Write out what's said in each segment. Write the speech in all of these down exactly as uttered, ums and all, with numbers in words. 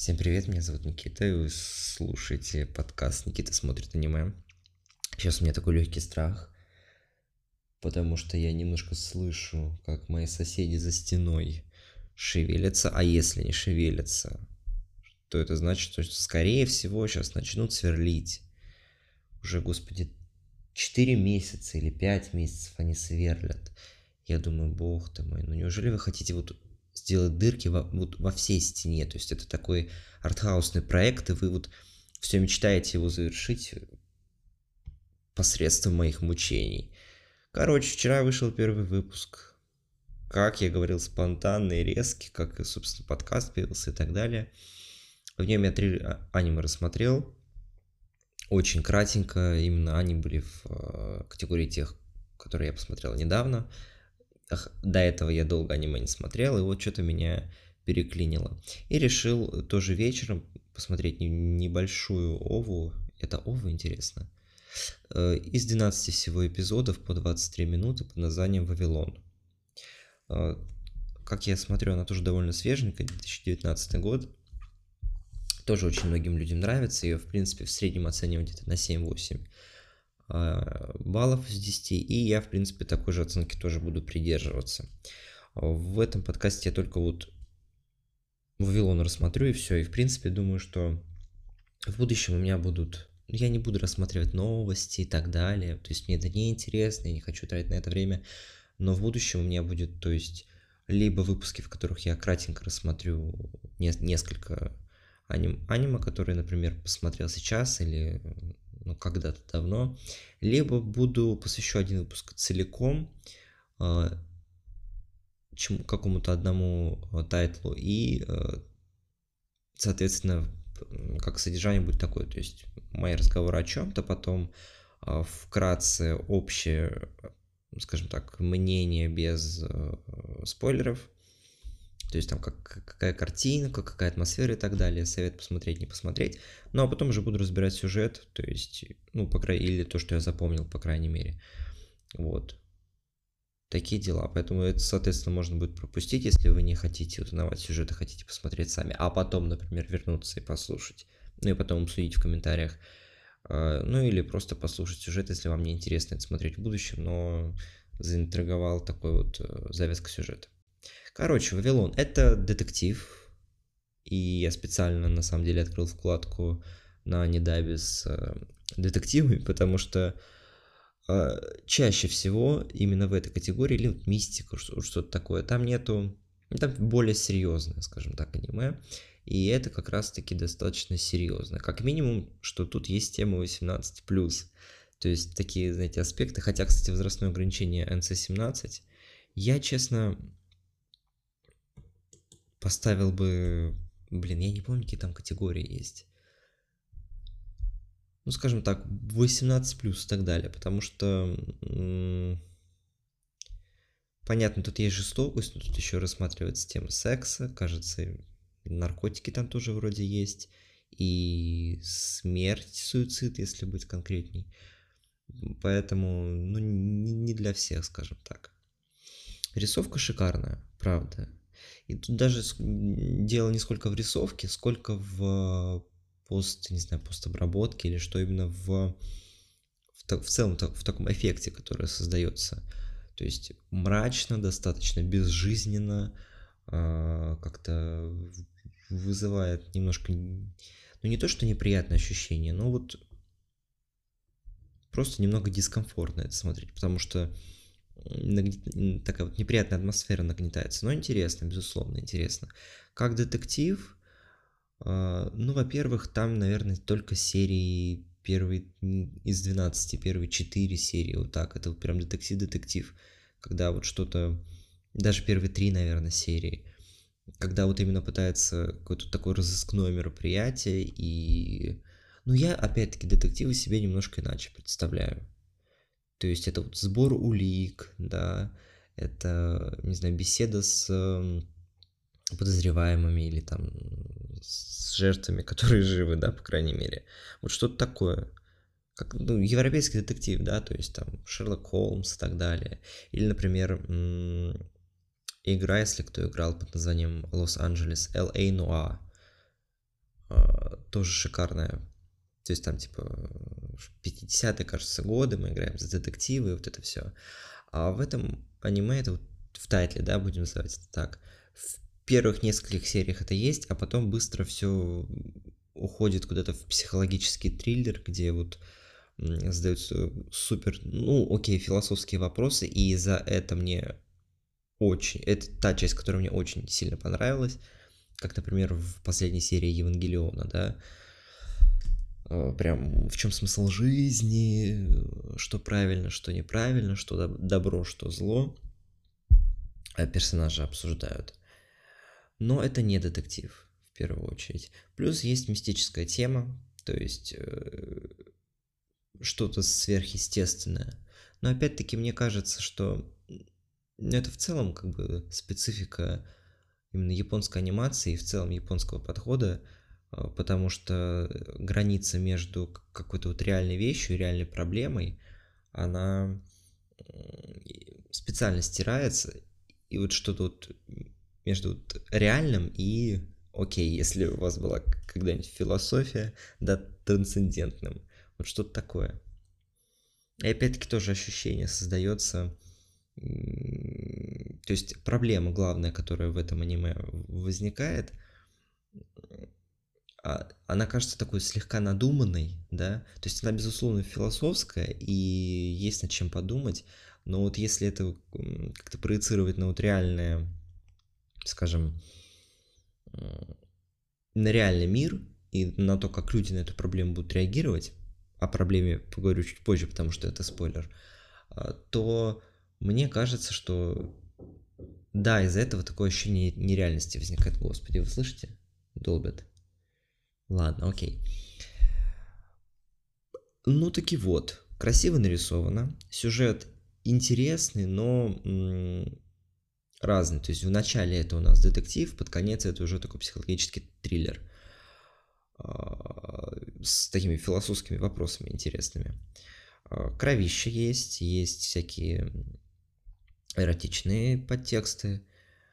Всем привет, меня зовут Никита, и вы слушаете подкаст «Никита смотрит аниме». Сейчас у меня такой легкий страх, потому что я немножко слышу, как мои соседи за стеной шевелятся, а если не шевелятся, то это значит, что, скорее всего, сейчас начнут сверлить. Уже, господи, четыре месяца или пять месяцев они сверлят. Я думаю, бог ты мой, ну неужели вы хотите вот сделать дырки во, вот во всей стене? То есть это такой артхаусный проект, и вы вот все мечтаете его завершить посредством моих мучений. Короче, вчера вышел первый выпуск. Как я говорил, спонтанный, резкий, как, собственно, подкаст появился и так далее. В нем я три аниме рассмотрел. Очень кратенько, именно они были в э, категории тех, которые я посмотрел недавно. До этого я долго аниме не смотрел, и вот что-то меня переклинило. И решил тоже вечером посмотреть небольшую ову. Это ова, интересно? Из двенадцати всего эпизодов по двадцать три минуты под названием «Вавилон». Как я смотрю, она тоже довольно свеженькая, две тысячи девятнадцатый год. Тоже очень многим людям нравится. Ее, в принципе, в среднем оценивают где-то на семь-восемь баллов из десяти. И я, в принципе, такой же оценки тоже буду придерживаться. В этом подкасте я только вот «Вавилон» рассмотрю и все. И, в принципе, думаю, что в будущем у меня будут... Я не буду рассматривать новости и так далее. То есть мне это не интересно, я не хочу тратить на это время. Но в будущем у меня будет, то есть, либо выпуски, в которых я кратенько рассмотрю не, несколько аним, аниме, которые, например, посмотрел сейчас или ну, когда-то давно, либо буду посвящу один выпуск целиком э, чему, какому-то одному тайтлу и, э, соответственно, как содержание будет такое, то есть мои разговоры о чем-то, потом э, вкратце общее, скажем так, мнение без э, спойлеров. То есть там как, какая картинка, какая атмосфера и так далее. Совет посмотреть, не посмотреть. Ну, а потом уже буду разбирать сюжет. То есть, ну, по крайней или то, что я запомнил, по крайней мере. Вот. Такие дела. Поэтому это, соответственно, можно будет пропустить, если вы не хотите узнавать сюжет, а хотите посмотреть сами. А потом, например, вернуться и послушать. Ну, и потом обсудить в комментариях. Ну, или просто послушать сюжет, если вам не интересно это смотреть в будущем, но заинтриговал такой вот завязка сюжета. Короче, «Вавилон» — это детектив, и я специально, на самом деле, открыл вкладку на Недабе с э, детективами, потому что э, чаще всего именно в этой категории, или вот мистика, что-то такое, там нету, там более серьезное, скажем так, аниме, и это как раз-таки достаточно серьезно. Как минимум, что тут есть тема восемнадцать плюс, то есть такие, знаете, аспекты, хотя, кстати, возрастное ограничение эн си семнадцать, я, честно... Поставил бы... Блин, я не помню, какие там категории есть. Ну, скажем так, восемнадцать плюс и так далее. Потому что... М- понятно, тут есть жестокость, но тут еще рассматривается тема секса. Кажется, наркотики там тоже вроде есть. И смерть, суицид, если быть конкретней. Поэтому, ну, не для всех, скажем так. Рисовка шикарная, правда. И тут даже дело не сколько в рисовке, сколько в пост, не знаю, постобработке или что именно в, в, в целом в таком эффекте, который создается. То есть мрачно, достаточно безжизненно, э, как-то вызывает немножко, ну не то что неприятное ощущение, но вот просто немного дискомфортно это смотреть, потому что такая вот неприятная атмосфера нагнетается. Но интересно, безусловно, интересно. Как детектив, ну, во-первых, там, наверное, только серии первые из двенадцати, первые четыре серии, вот так. Это вот прям детектив-детектив. Когда вот что-то, даже первые три, наверное, серии. Когда вот именно пытается какое-то такое разыскное мероприятие. И, ну, я, опять-таки, детективы себе немножко иначе представляю. То есть это вот сбор улик, да, это, не знаю, беседа с подозреваемыми или там с жертвами, которые живы, да, по крайней мере. Вот что-то такое. Как, ну, европейский детектив, да, то есть там Шерлок Холмс и так далее. Или, например, игра, если кто играл под названием Лос-Анджелес, эл эй Noir. тоже шикарная. То есть там типа пятидесятые, кажется, годы, мы играем за детективы, вот это все. А в этом аниме, это вот в тайтле, да, будем называть это так, в первых нескольких сериях это есть, а потом быстро все уходит куда-то в психологический триллер, где вот задаются супер, ну, окей, философские вопросы, и за это мне очень, это та часть, которая мне очень сильно понравилась, как, например, в последней серии Евангелиона, да, прям в чем смысл жизни, что правильно, что неправильно, что добро, что зло, персонажи обсуждают. Но это не детектив, в первую очередь. Плюс есть мистическая тема, то есть э, что-то сверхъестественное. Но опять-таки мне кажется, что это в целом как бы специфика именно японской анимации и в целом японского подхода, потому что граница между какой-то вот реальной вещью и реальной проблемой, она специально стирается, и вот что-то вот между вот реальным и, окей, если у вас была когда-нибудь философия, да, трансцендентным, вот что-то такое. И опять-таки тоже ощущение создается, то есть проблема главная, которая в этом аниме возникает, она кажется такой слегка надуманной, да, то есть она, безусловно, философская, и есть над чем подумать, но вот если это как-то проецировать на вот реальное, скажем, на реальный мир и на то, как люди на эту проблему будут реагировать, о проблеме поговорю чуть позже, потому что это спойлер, то мне кажется, что да, из-за этого такое ощущение нереальности возникает. Господи, вы слышите? Долбят. Ладно, окей. Ну таки вот, красиво нарисовано, сюжет интересный, но м- разный. То есть в начале это у нас детектив, под конец это уже такой психологический триллер с такими философскими вопросами интересными. Кровище есть, есть всякие эротичные подтексты,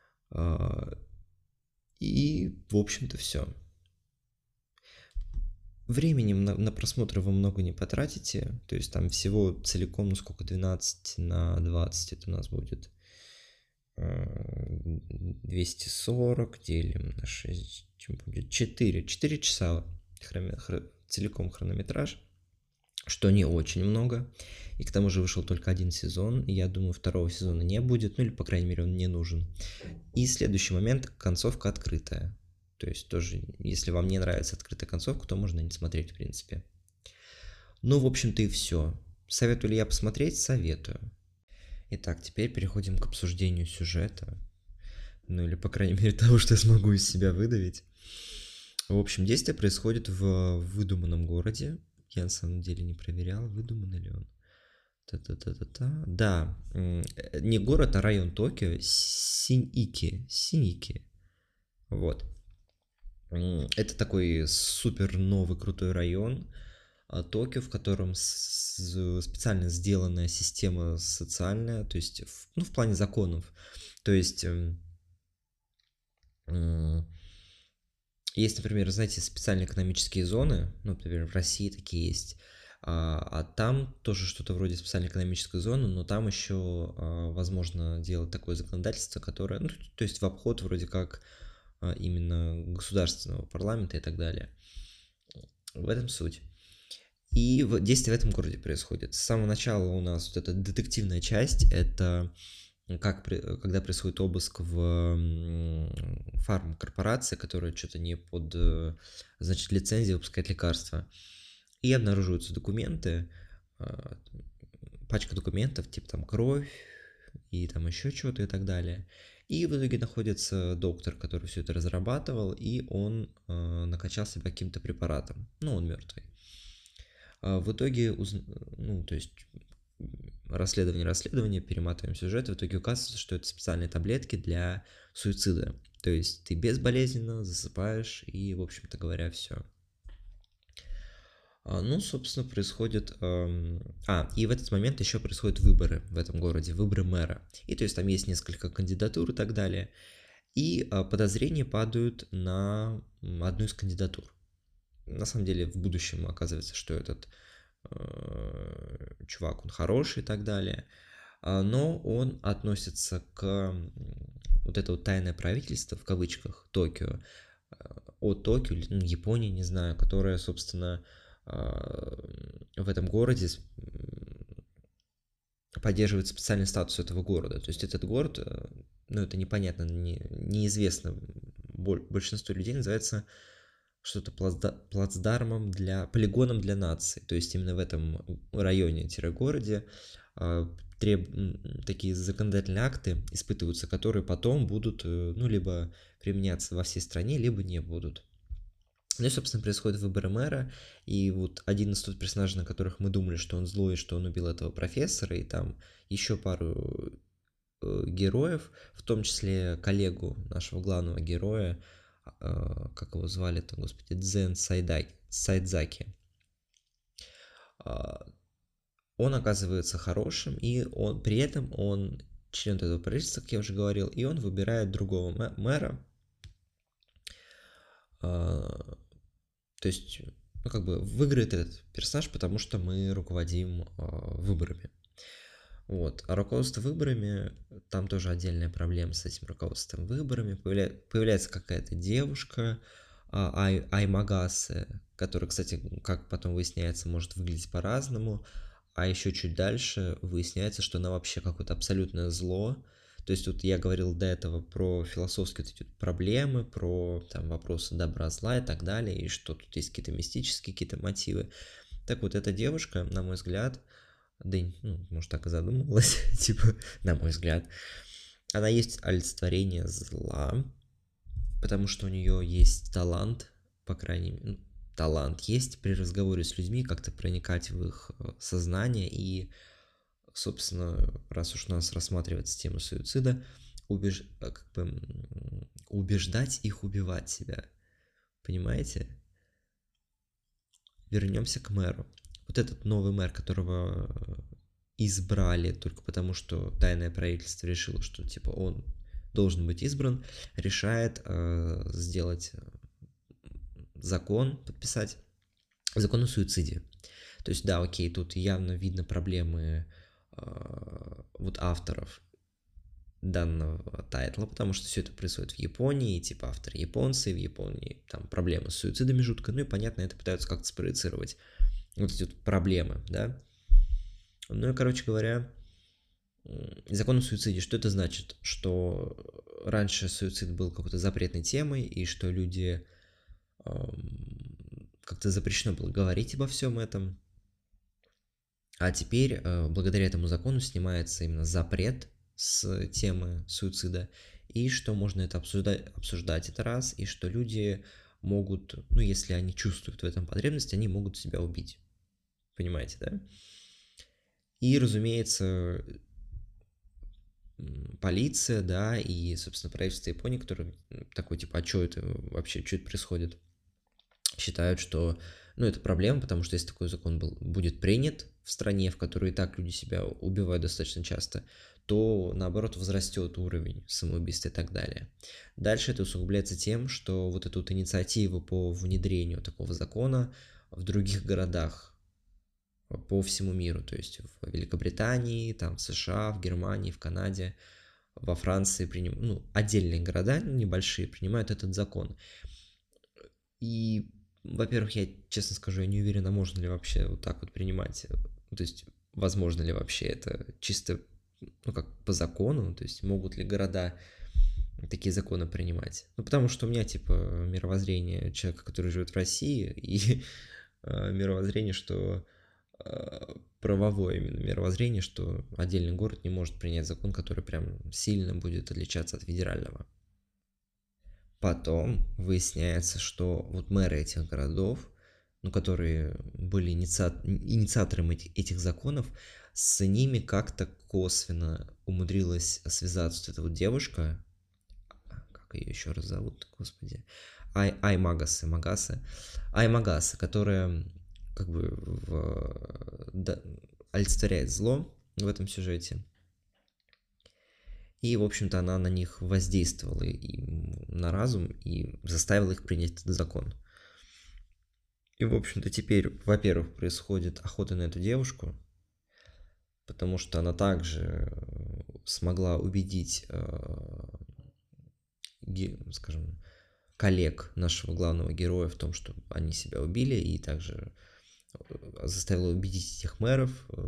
и, в общем-то, все. Времени на, на просмотр вы много не потратите, то есть там всего целиком, ну сколько, двенадцать на двадцать, это у нас будет двести сорок делим на шесть, чем будет четыре, четыре часа хрон, хрон, целиком хронометраж, что не очень много, и к тому же вышел только один сезон, и я думаю, второго сезона не будет, ну или, по крайней мере, он не нужен. И следующий момент, концовка открытая. То есть тоже, если вам не нравится открытая концовка, то можно не смотреть, в принципе. Ну, в общем-то и все. Советую ли я посмотреть? Советую. Итак, теперь переходим к обсуждению сюжета. Ну, или, по крайней мере, того, что я смогу из себя выдавить. В общем, действие происходит в выдуманном городе. Я на самом деле не проверял, выдуманный ли он. Та-та-та-та-та. Да, не город, а район Токио. Синьики. Синьики. Вот. Это такой супер новый крутой район Токио, в котором специально сделанная система социальная, то есть, ну, в плане законов. То есть, есть, например, знаете, специальные экономические зоны, ну, например, в России такие есть, а, а там тоже что-то вроде специальной экономической зоны, но там еще а, возможно делать такое законодательство, которое, ну, то есть в обход вроде как именно государственного парламента и так далее. В этом суть. И действие в этом городе происходит. С самого начала у нас вот эта детективная часть, это как, когда происходит обыск в фармкорпорации, которая что-то не под, значит, лицензией выпускает лекарства. И обнаруживаются документы, пачка документов, типа там кровь и там еще что-то и так далее. И в итоге находится доктор, который все это разрабатывал, и он э, накачал себя каким-то препаратом. Ну, он мертвый. А в итоге, уз... ну, то есть, расследование, расследование, перематываем сюжет, в итоге указывается, что это специальные таблетки для суицида. То есть, ты безболезненно засыпаешь, и, в общем-то говоря, все. Ну, собственно, происходит... Эм, а, и в этот момент еще происходят выборы в этом городе, выборы мэра. И то есть там есть несколько кандидатур и так далее. И э, подозрения падают на одну из кандидатур. на самом деле в будущем оказывается, что этот э, чувак, он хороший и так далее. А, но он относится к м, вот это вот тайное правительство, в кавычках, Токио, э, от Токио, или, ну, Японии, не знаю, которая, собственно, а, в этом городе с- м, поддерживает специальный статус этого города. То есть этот город, э, ну, это непонятно, не, неизвестно боль- большинству людей, называется что-то плацда- плацдармом для, полигоном для наций. То есть именно в этом районе-городе а, треб... м, такие законодательные акты испытываются, которые потом будут, э, ну, либо применяться во всей стране, либо не будут. Ну и, собственно, происходят выборы мэра, и вот один из тот персонажей, на которых мы думали, что он злой, что он убил этого профессора, и там еще пару э, героев, в том числе коллегу нашего главного героя, э, как его звали-то, господи, Дзен Сайдаки, Сайдзаки. А, Он оказывается хорошим, и он при этом он член этого правительства, как я уже говорил, и он выбирает другого мэ- мэра. а, То есть, ну, как бы выиграет этот персонаж, потому что мы руководим а, выборами. Вот. А руководство выборами, там тоже отдельная проблема с этим руководством выборами. Появля- появляется какая-то девушка, а, Ай, Аймагасе, которая, кстати, как потом выясняется, может выглядеть по-разному. А еще чуть дальше выясняется, что она вообще какое-то абсолютное зло. То есть вот я говорил до этого про философские вот эти вот проблемы, про там вопросы добра, зла и так далее, и что тут есть какие-то мистические какие-то мотивы. Так вот, эта девушка, на мой взгляд, да, ну, может, так и задумывалась, типа, на мой взгляд, она есть олицетворение зла, потому что у нее есть талант, по крайней мере, ну, талант есть при разговоре с людьми, как-то проникать в их э, сознание и, собственно, раз уж у нас рассматривается тема суицида, убеж... э, как бы, м, убеждать их убивать себя, понимаете? Вернемся к мэру. Вот этот новый мэр, которого избрали только потому, что тайное правительство решило, что типа он должен быть избран, решает э, сделать закон, подписать закон о суициде. То есть, да, окей, тут явно видно проблемы э, вот авторов данного тайтла, потому что все это происходит в Японии, и типа авторы японцы, и в Японии там проблемы с суицидами жутко, ну и понятно, это пытаются как-то спроецировать, вот эти вот проблемы, да. Ну и, короче говоря, закон о суициде, что это значит? Что раньше суицид был какой-то запретной темой, и что люди эм, как-то запрещено было говорить обо всем этом. А теперь, э, благодаря этому закону, снимается именно запрет с темы суицида, и что можно это обсуждать, обсуждать это раз, и что люди могут, ну, если они чувствуют в этом потребность, они могут себя убить. Понимаете, да? И, разумеется, полиция, да, и, собственно, правительство Японии, которое такой, типа, а что это вообще, что это происходит, считают, что, ну, это проблема, потому что если такой закон был, будет принят в стране, в которой и так люди себя убивают достаточно часто, то, наоборот, возрастет уровень самоубийств и так далее. Дальше это усугубляется тем, что вот эту вот инициативу по внедрению такого закона в других городах по всему миру, то есть в Великобритании, там, в США, в Германии, в Канаде, во Франции, приним... ну, отдельные города небольшие принимают этот закон. И, во-первых, я, честно скажу, я не уверен, а можно ли вообще вот так вот принимать, то есть возможно ли вообще это чисто, ну, как по закону, то есть могут ли города такие законы принимать. Ну, потому что у меня, типа, мировоззрение человека, который живет в России, и э, мировоззрение, что э, правовое именно мировоззрение, что отдельный город не может принять закон, который прям сильно будет отличаться от федерального. Потом выясняется, что вот мэры этих городов, ну, которые были инициа... инициаторами этих законов, с ними как-то косвенно умудрилась связаться вот эта вот девушка, как ее еще раз зовут, господи, Ай, Ай Магасы, Магасы, Ай Магасы, которая как бы в, да, олицетворяет зло в этом сюжете. И, в общем-то, она на них воздействовала и на разум и заставила их принять этот закон. И, в общем-то, теперь, во-первых, происходит охота на эту девушку, потому что она также смогла убедить, скажем, коллег нашего главного героя в том, что они себя убили, и также заставила убедить этих мэров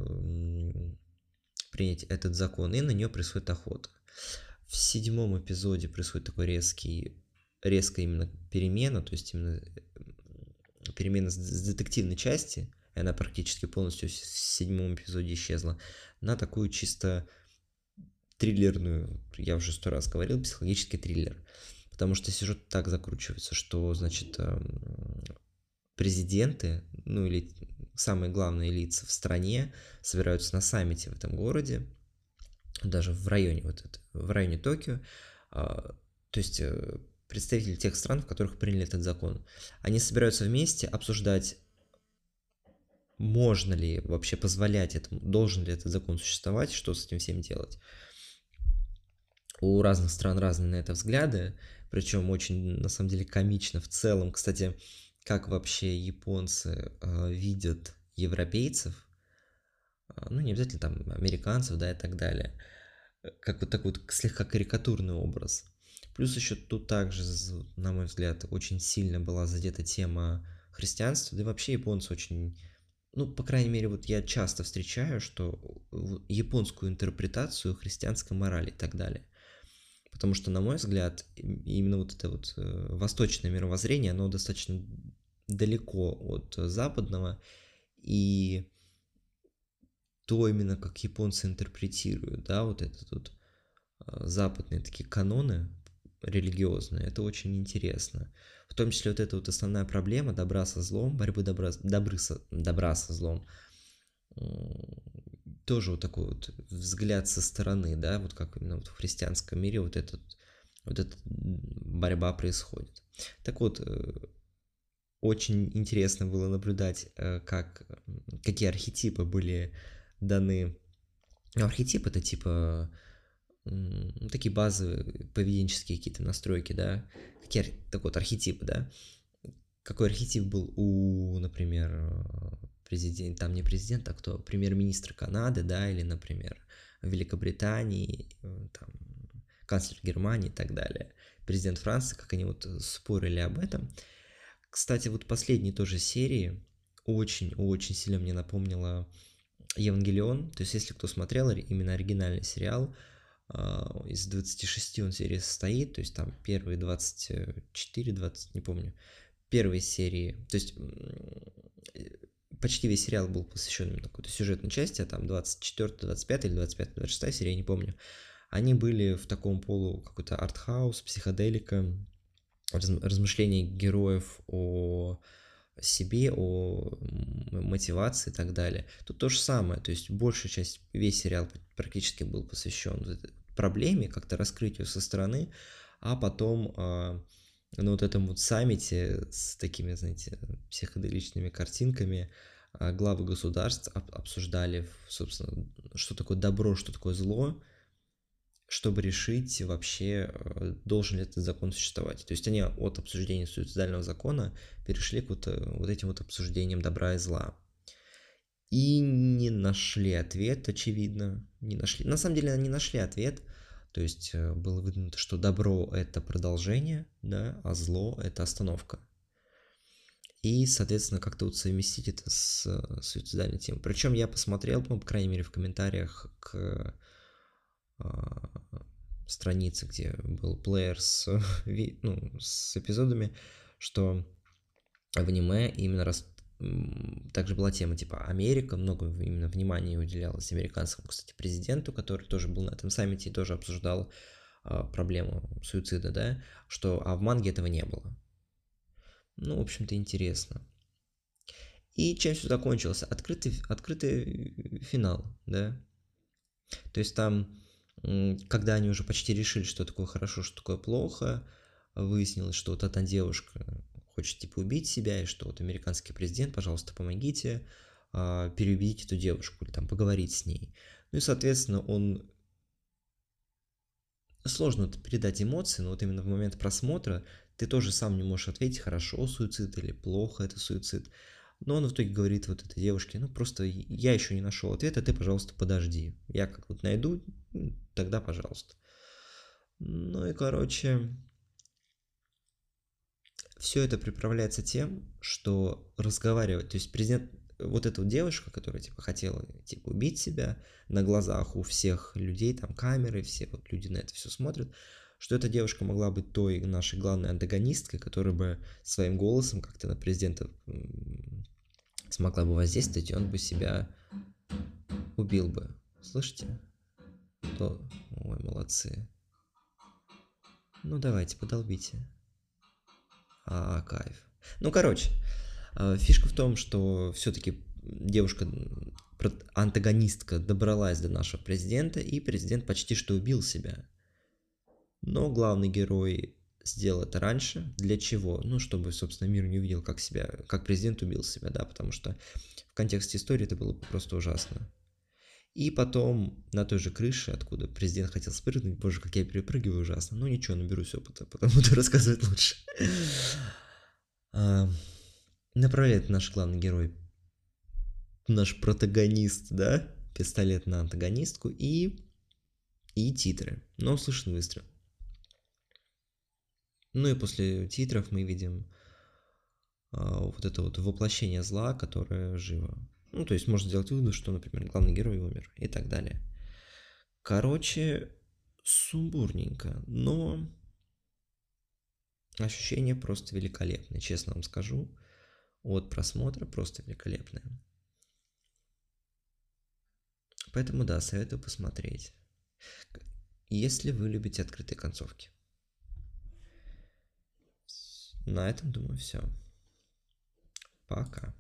принять этот закон, и на нее происходит охота. В седьмом эпизоде происходит такой резкий, резкая именно перемена, то есть именно перемена с детективной части, и она практически полностью в седьмом эпизоде исчезла, на такую чисто триллерную, я уже сто раз говорил, психологический триллер. Потому что сюжет так закручивается, что, значит, президенты, ну или самые главные лица в стране собираются на саммите в этом городе, даже в районе, вот это, в районе Токио, то есть представители тех стран, в которых приняли этот закон. Они собираются вместе обсуждать, можно ли вообще позволять этому, должен ли этот закон существовать, что с этим всем делать. У разных стран разные на это взгляды, причем очень, на самом деле, комично в целом. Кстати, как вообще японцы э, видят европейцев, э, ну, не обязательно там американцев, да, и так далее, как вот такой вот слегка карикатурный образ. Плюс еще тут также, на мой взгляд, очень сильно была задета тема христианства, да и вообще японцы очень, ну, по крайней мере, вот я часто встречаю, что японскую интерпретацию христианской морали и так далее. Потому что, на мой взгляд, именно вот это вот восточное мировоззрение, оно достаточно далеко от западного, и то именно как японцы интерпретируют, да, вот этот вот западные такие каноны религиозные, это очень интересно. В том числе вот эта вот основная проблема добра со злом, борьбы добра, добры со, добра со злом, тоже вот такой вот взгляд со стороны, да, вот как именно вот в христианском мире вот этот вот эта борьба происходит. Так вот, очень интересно было наблюдать, как, какие архетипы были даны. Ну, архетип это типа ну, такие базовые поведенческие какие-то настройки, да, какие, так вот, архетипы, да, какой архетип был у, например, президент, там не президент, а кто, премьер-министр Канады, да, или, например, Великобритании, там, канцлер Германии и так далее, президент Франции, как они вот спорили об этом. Кстати, вот последние тоже серии очень-очень сильно мне напомнила Евангелион, то есть если кто смотрел именно оригинальный сериал, из двадцати шести он серий состоит, то есть там первые двадцать четыре двадцать, не помню, первой серии, то есть почти весь сериал был посвящен именно какой-то сюжетной части, а там двадцать четвёртая, двадцать пятая или двадцать пятая, двадцать шестая серия, я не помню, они были в таком полу какой-то артхаус, психоделика, размышления героев о себе, о мотивации и так далее. Тут то же самое, то есть большая часть, весь сериал практически был посвящен проблеме, как-то раскрытию со стороны, а потом на вот этом вот саммите с такими, знаете, психоделичными картинками главы государств обсуждали, собственно, что такое добро, что такое зло, чтобы решить вообще, должен ли этот закон существовать. То есть они от обсуждения суицидального закона перешли к вот, вот этим вот обсуждениям добра и зла. И не нашли ответ, очевидно. Не нашли. На самом деле они нашли ответ. То есть было выдвинуто, что добро – это продолжение, да, а зло – это остановка. И, соответственно, как-то вот совместить это с суицидальной темой. Причем я посмотрел, ну, по крайней мере, в комментариях к странице, где был плеер с, ну, с эпизодами, что в аниме именно раз также была тема типа Америка, много именно внимания уделялось американскому, кстати, президенту, который тоже был на этом саммите и тоже обсуждал а, проблему суицида, да, что, а в манге этого не было. Ну, в общем-то, интересно. И чем все закончилось? Открытый, открытый финал, да. То есть там, когда они уже почти решили, что такое хорошо, что такое плохо, выяснилось, что вот эта девушка хочет типа убить себя, и что вот американский президент, пожалуйста, помогите а, переубедить эту девушку или там поговорить с ней. Ну и, соответственно, он... Сложно передать эмоции, но вот именно в момент просмотра ты тоже сам не можешь ответить, хорошо суицид или плохо это суицид. Но он в итоге говорит вот этой девушке, ну просто я еще не нашел ответа, ты, пожалуйста, подожди. Я как вот найду, тогда пожалуйста. Ну и, короче, все это приправляется тем, что разговаривать, то есть президент, вот эта вот девушка, которая типа хотела типа убить себя на глазах у всех людей, там камеры, все вот люди на это все смотрят, что эта девушка могла быть той нашей главной антагонисткой, которая бы своим голосом как-то на президента смогла бы воздействовать, и он бы себя убил бы. Слышите? То... Ой, молодцы. Ну давайте, подолбите. А, кайф. Ну, короче, фишка в том, что все-таки девушка, антагонистка, добралась до нашего президента, и президент почти что убил себя. Но главный герой сделал это раньше. Для чего? Ну, чтобы, собственно, мир не увидел, как себя, как президент убил себя, да, потому что в контексте истории это было просто ужасно. И потом на той же крыше, откуда президент хотел спрыгнуть, боже, как я перепрыгиваю ужасно, ну ничего, наберусь опыта, потому что рассказывать лучше. Направляет наш главный герой, наш протагонист, да, пистолет на антагонистку и, и титры, но услышан выстрел. Ну и после титров мы видим а, вот это вот воплощение зла, которое живо. Ну, то есть можно сделать вывод, что, например, главный герой умер и так далее. Короче, сумбурненько, но ощущение просто великолепное, честно вам скажу. От просмотра просто великолепное. Поэтому да, советую посмотреть, если вы любите открытые концовки. На этом, думаю, все. Пока.